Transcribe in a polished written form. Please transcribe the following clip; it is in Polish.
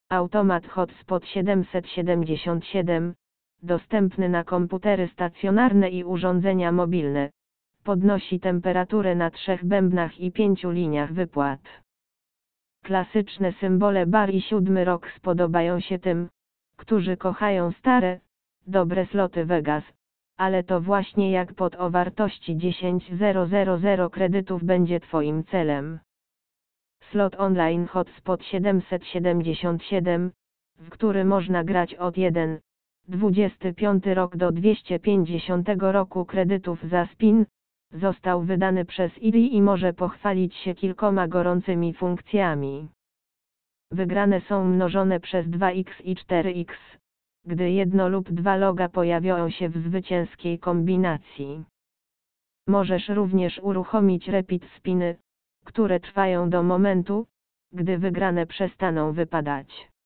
Automat Hotspot 777, dostępny na komputery stacjonarne i urządzenia mobilne. Podnosi temperaturę na 3 bębnach i 5 liniach wypłat. Klasyczne symbole bar i 7 rok spodobają się tym, którzy kochają stare, dobre sloty Vegas, ale to właśnie jackpot o wartości 10,000 kredytów będzie Twoim celem. Slot online Hotspot 777, w który można grać od 1,25 rok do 250 roku kredytów za spin, został wydany przez EA i może pochwalić się kilkoma gorącymi funkcjami. Wygrane są mnożone przez 2x i 4x, gdy jedno lub dwa loga pojawią się w zwycięskiej kombinacji. Możesz również uruchomić repeat spiny, które trwają do momentu, gdy wygrane przestaną wypadać.